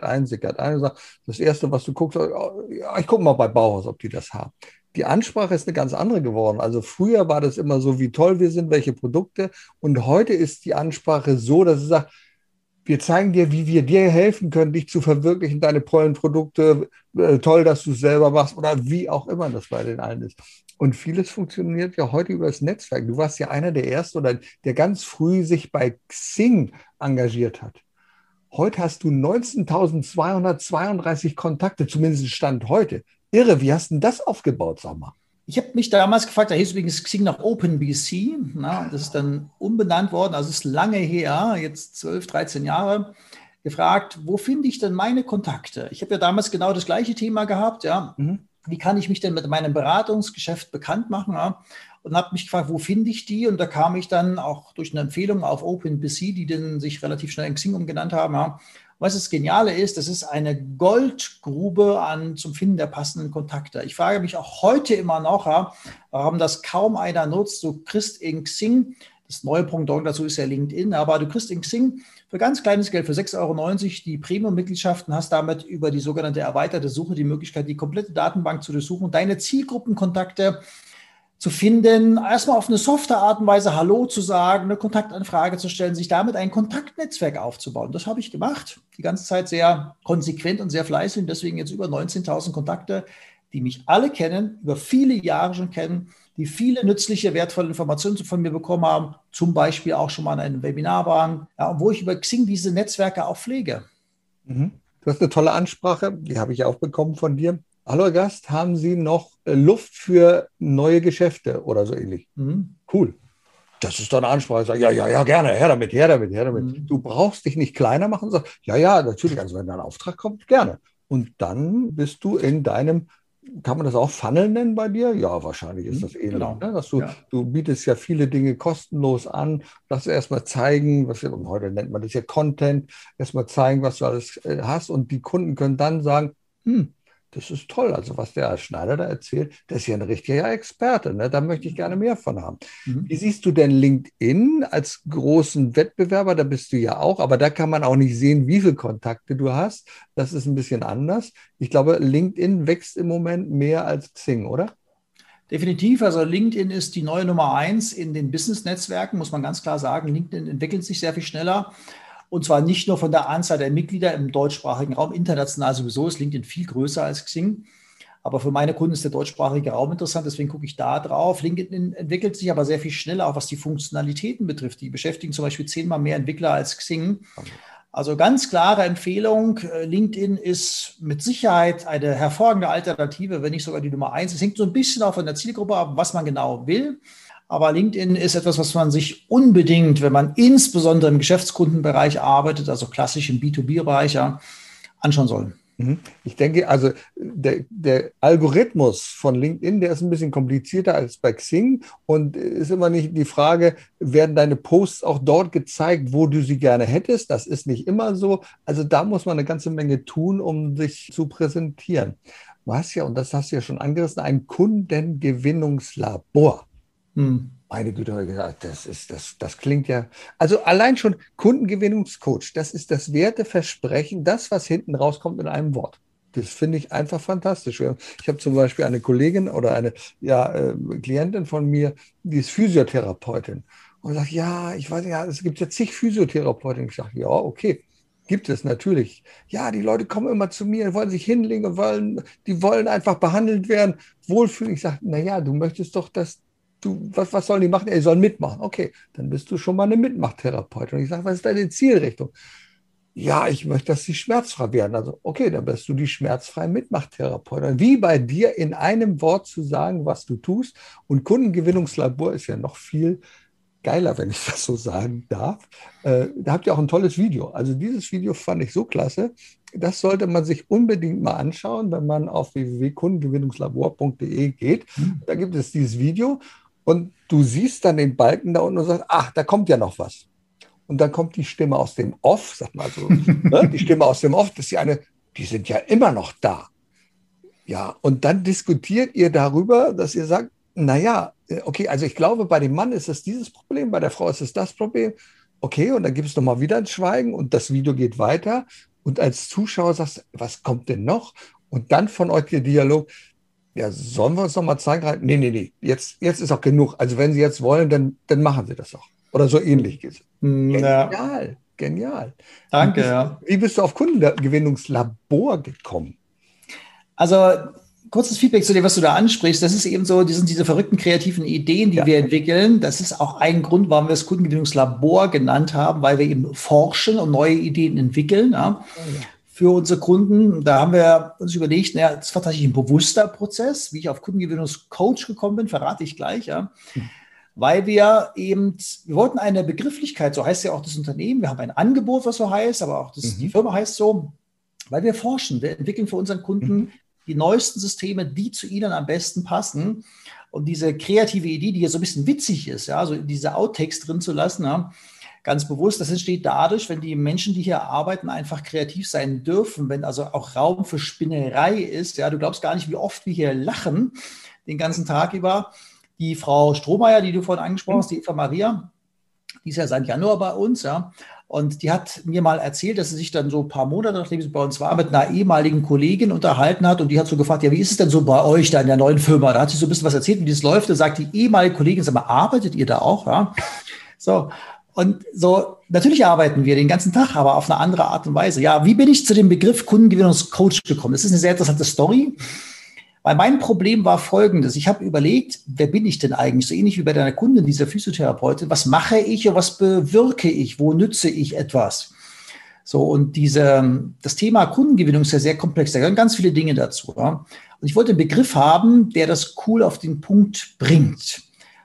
S1: Und sagt, das Erste, was du guckst, ja, ich gucke mal bei Bauhaus, ob die das haben. Die Ansprache ist eine ganz andere geworden. Also früher war das immer so, wie toll wir sind, welche Produkte. Und heute ist die Ansprache so, dass es sagt, wir zeigen dir, wie wir dir helfen können, dich zu verwirklichen, deine tollen Produkte, toll, dass du es selber machst oder wie auch immer das bei den allen ist. Und vieles funktioniert ja heute über das Netzwerk. Du warst ja einer der Ersten oder der ganz früh sich bei Xing engagiert hat. Heute hast du 19.232 Kontakte, zumindest Stand heute. Irre, wie hast du denn das aufgebaut, sag mal?
S3: Ich habe mich damals gefragt, da hieß übrigens Xing nach OpenBC, das ist dann umbenannt worden, also ist lange her, jetzt 12, 13 Jahre, gefragt, wo finde ich denn meine Kontakte? Ich habe ja damals genau das gleiche Thema gehabt, ja. Wie kann ich mich denn mit meinem Beratungsgeschäft bekannt machen? Ja? Und habe mich gefragt, wo finde ich die? Und da kam ich dann auch durch eine Empfehlung auf OpenBC, die dann sich relativ schnell in Xing umgenannt haben, ja? Was das Geniale ist, das ist eine Goldgrube zum Finden der passenden Kontakte. Ich frage mich auch heute immer noch, warum das kaum einer nutzt. Du kriegst in Xing, das neue Pendant dazu ist ja LinkedIn, aber du kriegst in Xing für ganz kleines Geld, für 6,90 € die Premium-Mitgliedschaften, hast damit über die sogenannte erweiterte Suche die Möglichkeit, die komplette Datenbank zu durchsuchen, deine Zielgruppenkontakte zu finden, erstmal auf eine softe Art und Weise Hallo zu sagen, eine Kontaktanfrage zu stellen, sich damit ein Kontaktnetzwerk aufzubauen. Das habe ich gemacht, die ganze Zeit sehr konsequent und sehr fleißig und deswegen jetzt über 19.000 Kontakte, die mich alle kennen, über viele Jahre schon kennen, die viele nützliche, wertvolle Informationen von mir bekommen haben, zum Beispiel auch schon mal in einem Webinar waren, ja, wo ich über Xing diese Netzwerke auch pflege.
S1: Mhm. Du hast eine tolle Ansprache, die habe ich auch bekommen von dir. Hallo Herr Gast, haben Sie noch Luft für neue Geschäfte oder so ähnlich? Mhm. Cool. Das ist doch eine Ansprache. Ich sage, ja, gerne, her damit. Mhm. Du brauchst dich nicht kleiner machen. Sag, ja, natürlich. Also wenn da ein Auftrag kommt, gerne. Und dann bist du in deinem, kann man das auch Funnel nennen bei dir? Ja, wahrscheinlich ist das ähnlich. Genau. Ne? Dass du bietest ja viele Dinge kostenlos an. Lass erstmal zeigen, heute nennt man das ja Content, erstmal zeigen, was du alles hast. Und die Kunden können dann sagen, das ist toll. Also was der Herr Schneider da erzählt, das ist ja ein richtiger Experte. Ne? Da möchte ich gerne mehr von haben. Mhm. Wie siehst du denn LinkedIn als großen Wettbewerber? Da bist du ja auch, aber da kann man auch nicht sehen, wie viele Kontakte du hast. Das ist ein bisschen anders. Ich glaube, LinkedIn wächst im Moment mehr als Xing, oder?
S3: Definitiv. Also LinkedIn ist die neue Nummer 1 in den Business-Netzwerken, muss man ganz klar sagen. LinkedIn entwickelt sich sehr viel schneller. Und zwar nicht nur von der Anzahl der Mitglieder im deutschsprachigen Raum, international sowieso ist LinkedIn viel größer als Xing. Aber für meine Kunden ist der deutschsprachige Raum interessant, deswegen gucke ich da drauf. LinkedIn entwickelt sich aber sehr viel schneller, auch was die Funktionalitäten betrifft. Die beschäftigen zum Beispiel 10-mal mehr Entwickler als Xing. Also ganz klare Empfehlung. LinkedIn ist mit Sicherheit eine hervorragende Alternative, wenn nicht sogar die Nummer 1. Es hängt so ein bisschen auch von der Zielgruppe ab, was man genau will. Aber LinkedIn ist etwas, was man sich unbedingt, wenn man insbesondere im Geschäftskundenbereich arbeitet, also klassisch im B2B-Bereich, anschauen soll.
S1: Ich denke, also der Algorithmus von LinkedIn, der ist ein bisschen komplizierter als bei Xing und ist immer nicht die Frage, werden deine Posts auch dort gezeigt, wo du sie gerne hättest? Das ist nicht immer so. Also da muss man eine ganze Menge tun, um sich zu präsentieren. Du hast ja, und das hast du ja schon angerissen, ein Kundengewinnungslabor. Meine Güte, das klingt ja, also allein schon Kundengewinnungscoach, das ist das Werteversprechen, das, was hinten rauskommt in einem Wort. Das finde ich einfach fantastisch. Ich habe zum Beispiel eine Kollegin oder eine Klientin von mir, die ist Physiotherapeutin und sagt, ja, ich weiß nicht, es gibt ja zig Physiotherapeuten. Ich sage, ja, okay. Gibt es natürlich. Ja, die Leute kommen immer zu mir, wollen sich hinlegen und die wollen einfach behandelt werden, wohlfühlen. Ich sage, naja, du möchtest doch, dass was sollen die machen? Die sollen mitmachen. Okay, dann bist du schon mal eine Mitmachtherapeutin. Und ich sage, was ist deine Zielrichtung? Ja, ich möchte, dass sie schmerzfrei werden. Also, okay, dann bist du die schmerzfreie Mitmachttherapeutin. Wie bei dir in einem Wort zu sagen, was du tust. Und Kundengewinnungslabor ist ja noch viel geiler, wenn ich das so sagen darf. Da habt ihr auch ein tolles Video. Also dieses Video fand ich so klasse. Das sollte man sich unbedingt mal anschauen, wenn man auf www.kundengewinnungslabor.de geht. Da gibt es dieses Video. Und du siehst dann den Balken da unten und sagst, ach, da kommt ja noch was. Und dann kommt die Stimme aus dem Off, sag mal so, ne? Die Stimme aus dem Off, das ist die sind ja immer noch da. Ja, und dann diskutiert ihr darüber, dass ihr sagt, naja, okay, also ich glaube, bei dem Mann ist es dieses Problem, bei der Frau ist es das Problem. Okay, und dann gibt es nochmal wieder ein Schweigen und das Video geht weiter. Und als Zuschauer sagst du, was kommt denn noch? Und dann von euch der Dialog, ja, sollen wir uns noch mal zeigen? Nee, jetzt ist auch genug. Also wenn Sie jetzt wollen, dann machen Sie das auch. Oder so ähnlich geht es. Genial.
S3: Danke,
S1: Wie bist du auf Kundengewinnungslabor gekommen?
S3: Also kurzes Feedback zu dem, was du da ansprichst. Das ist eben so, das sind diese verrückten kreativen Ideen, die wir entwickeln. Das ist auch ein Grund, warum wir das Kundengewinnungslabor genannt haben, weil wir eben forschen und neue Ideen entwickeln. Ja. Für unsere Kunden, da haben wir uns überlegt, das war tatsächlich ein bewusster Prozess, wie ich auf Kundengewinnungscoach gekommen bin, verrate ich gleich, ja. Weil wir wollten eine Begrifflichkeit, so heißt ja auch das Unternehmen, wir haben ein Angebot, was so heißt, aber auch die Firma heißt so, weil wir forschen, wir entwickeln für unseren Kunden die neuesten Systeme, die zu ihnen am besten passen. Und diese kreative Idee, die ja so ein bisschen witzig ist, ja, so diese Outtakes drin zu lassen, ja, ganz bewusst. Das entsteht dadurch, wenn die Menschen, die hier arbeiten, einfach kreativ sein dürfen, wenn also auch Raum für Spinnerei ist. Ja, du glaubst gar nicht, wie oft wir hier lachen den ganzen Tag über. Die Frau Strohmeier, die du vorhin angesprochen hast, die Eva Maria, die ist ja seit Januar bei uns, ja. Und die hat mir mal erzählt, dass sie sich dann so ein paar Monate, nachdem sie bei uns war, mit einer ehemaligen Kollegin unterhalten hat. Und die hat so gefragt, ja, wie ist es denn so bei euch da in der neuen Firma? Da hat sie so ein bisschen was erzählt, wie das läuft. Da sagt die ehemalige Kollegin, sag mal, arbeitet ihr da auch? Ja. So. Und so, natürlich arbeiten wir den ganzen Tag, aber auf eine andere Art und Weise. Ja, wie bin ich zu dem Begriff Kundengewinnungscoach gekommen? Das ist eine sehr interessante Story. Weil mein Problem war folgendes. Ich habe überlegt, wer bin ich denn eigentlich? So ähnlich wie bei deiner Kundin, dieser Physiotherapeutin. Was mache ich und was bewirke ich? Wo nütze ich etwas? So, und das Thema Kundengewinnung ist ja sehr komplex. Da gehören ganz viele Dinge dazu. Ja? Und ich wollte einen Begriff haben, der das cool auf den Punkt bringt.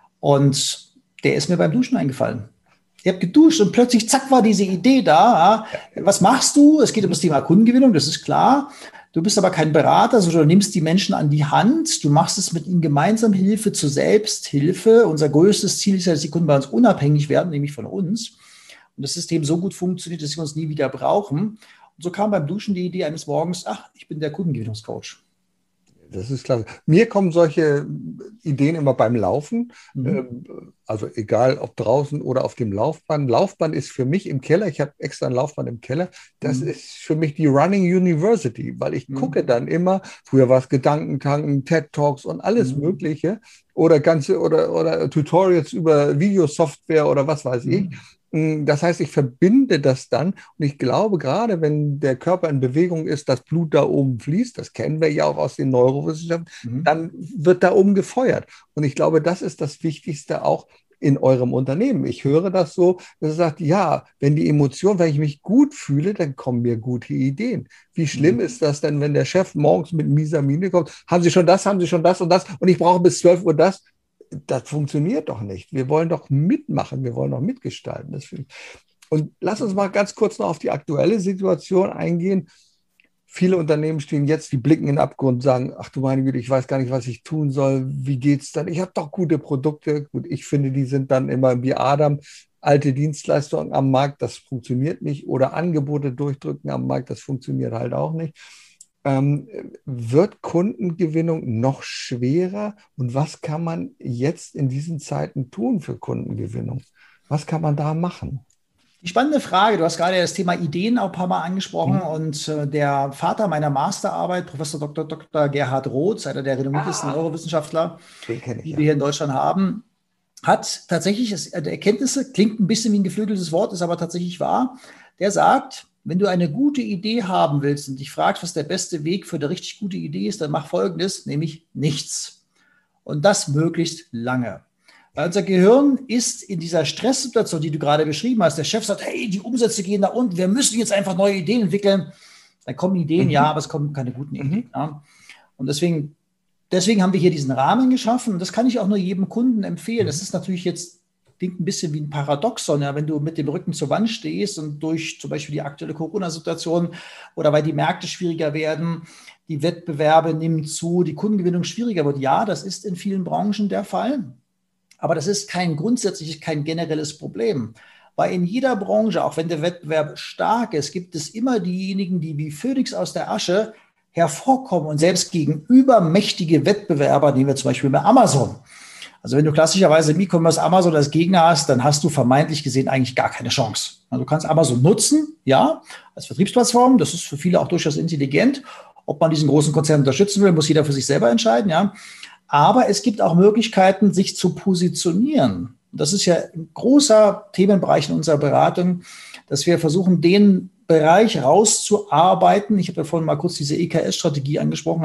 S3: Und der ist mir beim Duschen eingefallen. Ich habe geduscht und plötzlich, zack, war diese Idee da. Ja? Was machst du? Es geht um das Thema Kundengewinnung, das ist klar. Du bist aber kein Berater, sondern du nimmst die Menschen an die Hand. Du machst es mit ihnen gemeinsam, Hilfe zur Selbsthilfe. Unser größtes Ziel ist ja, dass die Kunden bei uns unabhängig werden, nämlich von uns. Und das System so gut funktioniert, dass sie uns nie wieder brauchen. Und so kam beim Duschen die Idee eines Morgens, ich bin der Kundengewinnungscoach.
S1: Das ist klasse. Mir kommen solche Ideen immer beim Laufen. Also egal, ob draußen oder auf dem Laufband. Laufband ist für mich im Keller. Ich habe extra ein Laufband im Keller. Das ist für mich die Running University, weil ich gucke dann immer, früher war es Gedankentanken, TED Talks und alles Mögliche oder Tutorials über Videosoftware oder was weiß ich. Das heißt, ich verbinde das dann und ich glaube, gerade wenn der Körper in Bewegung ist, das Blut da oben fließt, das kennen wir ja auch aus den Neurowissenschaften, dann wird da oben gefeuert. Und ich glaube, das ist das Wichtigste auch in eurem Unternehmen. Ich höre das so, dass er sagt, ja, wenn ich mich gut fühle, dann kommen mir gute Ideen. Wie schlimm ist das denn, wenn der Chef morgens mit mieser Miene kommt, haben Sie schon das und das und ich brauche bis 12 Uhr das? Das funktioniert doch nicht. Wir wollen doch mitmachen, wir wollen doch mitgestalten. Und lass uns mal ganz kurz noch auf die aktuelle Situation eingehen. Viele Unternehmen stehen jetzt, die blicken in den Abgrund und sagen, ach du meine Güte, ich weiß gar nicht, was ich tun soll. Wie geht's dann? Ich habe doch gute Produkte. Gut, ich finde, die sind dann immer wie Adam, alte Dienstleistungen am Markt, das funktioniert nicht. Oder Angebote durchdrücken am Markt, das funktioniert halt auch nicht. Wird Kundengewinnung noch schwerer? Und was kann man jetzt in diesen Zeiten tun für Kundengewinnung? Was kann man da machen?
S3: Die spannende Frage. Du hast gerade das Thema Ideen auch ein paar Mal angesprochen. Und der Vater meiner Masterarbeit, Professor Dr. Gerhard Roth, einer der renommiertesten Neurowissenschaftler, die wir hier in Deutschland haben, hat tatsächlich Erkenntnisse, klingt ein bisschen wie ein geflügeltes Wort, ist aber tatsächlich wahr. Der sagt, wenn du eine gute Idee haben willst und dich fragst, was der beste Weg für eine richtig gute Idee ist, dann mach Folgendes, nämlich nichts. Und das möglichst lange. Weil unser Gehirn ist in dieser Stresssituation, die du gerade beschrieben hast, der Chef sagt, hey, die Umsätze gehen nach unten, wir müssen jetzt einfach neue Ideen entwickeln. Dann kommen Ideen, ja, aber es kommen keine guten Ideen. Ja. Und deswegen haben wir hier diesen Rahmen geschaffen. Und das kann ich auch nur jedem Kunden empfehlen. Das ist natürlich jetzt, klingt ein bisschen wie ein Paradoxon, ja, wenn du mit dem Rücken zur Wand stehst und durch zum Beispiel die aktuelle Corona-Situation oder weil die Märkte schwieriger werden, die Wettbewerbe nehmen zu, die Kundengewinnung schwieriger wird. Ja, das ist in vielen Branchen der Fall. Aber das ist kein generelles Problem. Weil in jeder Branche, auch wenn der Wettbewerb stark ist, gibt es immer diejenigen, die wie Phönix aus der Asche hervorkommen und selbst gegen übermächtige Wettbewerber, nehmen wir zum Beispiel bei Amazon. Also wenn du klassischerweise im E-Commerce Amazon als Gegner hast, dann hast du vermeintlich gesehen eigentlich gar keine Chance. Also du kannst Amazon nutzen, ja, als Vertriebsplattform. Das ist für viele auch durchaus intelligent. Ob man diesen großen Konzern unterstützen will, muss jeder für sich selber entscheiden, ja. Aber es gibt auch Möglichkeiten, sich zu positionieren. Das ist ja ein großer Themenbereich in unserer Beratung, dass wir versuchen, den Bereich rauszuarbeiten. Ich habe ja vorhin mal kurz diese EKS-Strategie angesprochen,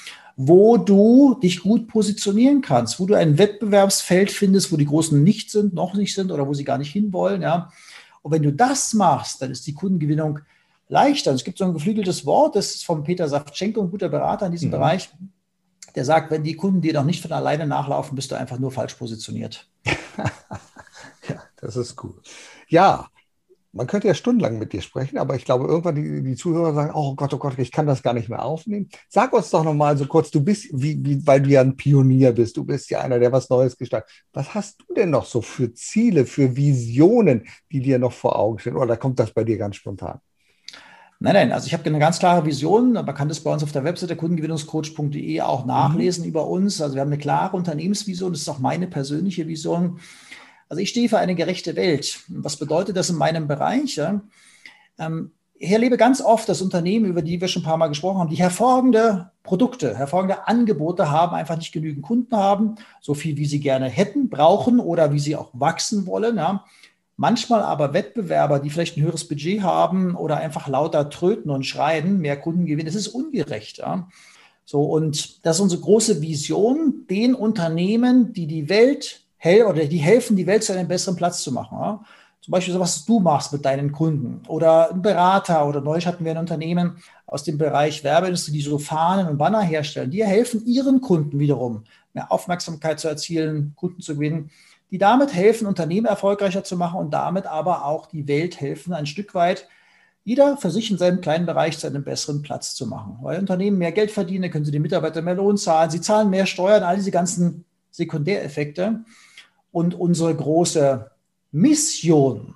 S3: wo du dich gut positionieren kannst, wo du ein Wettbewerbsfeld findest, wo die Großen noch nicht sind oder wo sie gar nicht hinwollen. Ja. Und wenn du das machst, dann ist die Kundengewinnung leichter. Und es gibt so ein geflügeltes Wort, das ist von Peter Savtschenko, ein guter Berater in diesem Bereich, der sagt, wenn die Kunden dir noch nicht von alleine nachlaufen, bist du einfach nur falsch positioniert.
S1: Ja, das ist cool. Ja, Man könnte ja stundenlang mit dir sprechen, aber ich glaube, irgendwann die Zuhörer sagen, oh Gott, ich kann das gar nicht mehr aufnehmen. Sag uns doch nochmal so kurz, du bist, weil du ja ein Pionier bist, du bist ja einer, der was Neues gestaltet. Was hast du denn noch so für Ziele, für Visionen, die dir noch vor Augen stehen? Oder kommt das bei dir ganz spontan?
S3: Nein, also ich habe eine ganz klare Vision. Man kann das bei uns auf der Webseite kundengewinnungscoach.de auch nachlesen über uns. Also wir haben eine klare Unternehmensvision, das ist auch meine persönliche Vision. Also ich stehe für eine gerechte Welt. Was bedeutet das in meinem Bereich? Ich erlebe ganz oft, dass Unternehmen, über die wir schon ein paar Mal gesprochen haben, die hervorragende Produkte, hervorragende Angebote haben, einfach nicht genügend Kunden haben, so viel wie sie gerne hätten, brauchen oder wie sie auch wachsen wollen. Ja. Manchmal aber Wettbewerber, die vielleicht ein höheres Budget haben oder einfach lauter tröten und schreien, mehr Kunden gewinnen. Das ist ungerecht. Ja. So, und das ist unsere große Vision, den Unternehmen, die Welt die helfen, die Welt zu einem besseren Platz zu machen. Ja? Zum Beispiel so, was du machst mit deinen Kunden oder ein Berater oder neulich hatten wir ein Unternehmen aus dem Bereich Werbeindustrie, die so Fahnen und Banner herstellen. Die helfen ihren Kunden wiederum, mehr Aufmerksamkeit zu erzielen, Kunden zu gewinnen, die damit helfen, Unternehmen erfolgreicher zu machen und damit aber auch die Welt helfen, ein Stück weit jeder für sich in seinem kleinen Bereich zu einem besseren Platz zu machen. Weil Unternehmen mehr Geld verdienen, können sie den Mitarbeitern mehr Lohn zahlen, sie zahlen mehr Steuern, all diese ganzen Sekundäreffekte. Und unsere große Mission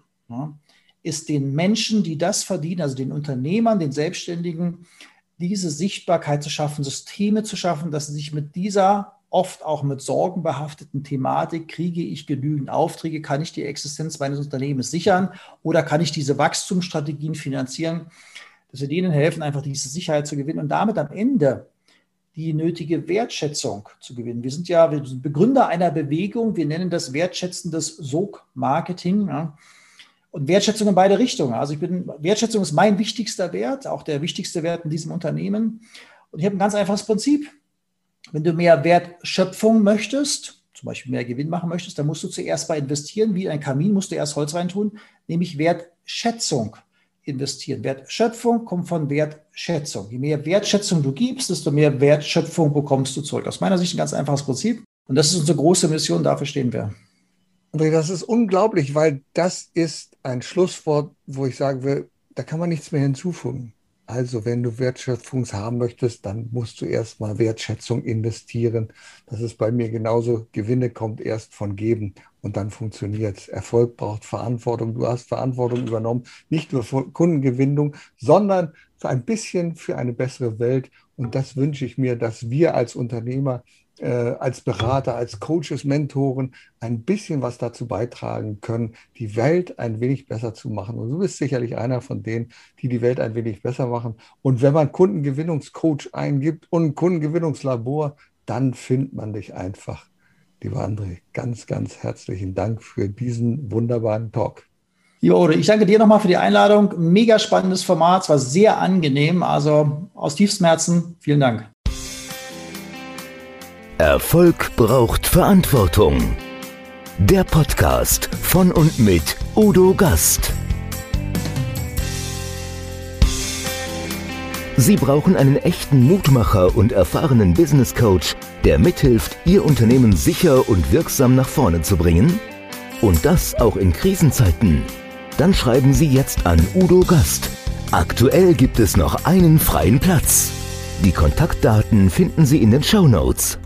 S3: ist den Menschen, die das verdienen, also den Unternehmern, den Selbstständigen, diese Sichtbarkeit zu schaffen, Systeme zu schaffen, dass sie sich mit dieser oft auch mit Sorgen behafteten Thematik, kriege ich genügend Aufträge, kann ich die Existenz meines Unternehmens sichern oder kann ich diese Wachstumsstrategien finanzieren, dass wir denen helfen, einfach diese Sicherheit zu gewinnen und damit am Ende die nötige Wertschätzung zu gewinnen. Wir sind Begründer einer Bewegung, wir nennen das wertschätzendes Sog-Marketing. Ja. Und Wertschätzung in beide Richtungen. Also Wertschätzung ist mein wichtigster Wert, auch der wichtigste Wert in diesem Unternehmen. Und ich habe ein ganz einfaches Prinzip. Wenn du mehr Wertschöpfung möchtest, zum Beispiel mehr Gewinn machen möchtest, dann musst du zuerst bei investieren. Wie ein Kamin musst du erst Holz reintun, nämlich Wertschätzung investieren. Wertschöpfung kommt von Wertschätzung. Je mehr Wertschätzung du gibst, desto mehr Wertschöpfung bekommst du zurück. Aus meiner Sicht ein ganz einfaches Prinzip. Und das ist unsere große Mission, dafür stehen wir.
S1: André, das ist unglaublich, weil das ist ein Schlusswort, wo ich sagen will, da kann man nichts mehr hinzufügen. Also wenn du Wertschöpfung haben möchtest, dann musst du erstmal Wertschätzung investieren. Das ist bei mir genauso. Gewinne kommt erst von Geben und dann funktioniert es. Erfolg braucht Verantwortung. Du hast Verantwortung übernommen, nicht nur für Kundengewinnung, sondern für ein bisschen für eine bessere Welt. Und das wünsche ich mir, dass wir als Unternehmer, als Berater, als Coaches, Mentoren ein bisschen was dazu beitragen können, die Welt ein wenig besser zu machen. Und du bist sicherlich einer von denen, die die Welt ein wenig besser machen. Und wenn man Kundengewinnungscoach eingibt und ein Kundengewinnungslabor, dann findet man dich einfach. Lieber André, ganz, ganz herzlichen Dank für diesen wunderbaren Talk.
S3: Lieber Ode, ich danke dir nochmal für die Einladung. Mega spannendes Format, es war sehr angenehm. Also aus tiefstem Herzen, vielen Dank.
S2: Erfolg braucht Verantwortung. Der Podcast von und mit Udo Gast. Sie brauchen einen echten Mutmacher und erfahrenen Business Coach, der mithilft, Ihr Unternehmen sicher und wirksam nach vorne zu bringen? Und das auch in Krisenzeiten? Dann schreiben Sie jetzt an Udo Gast. Aktuell gibt es noch einen freien Platz. Die Kontaktdaten finden Sie in den Shownotes.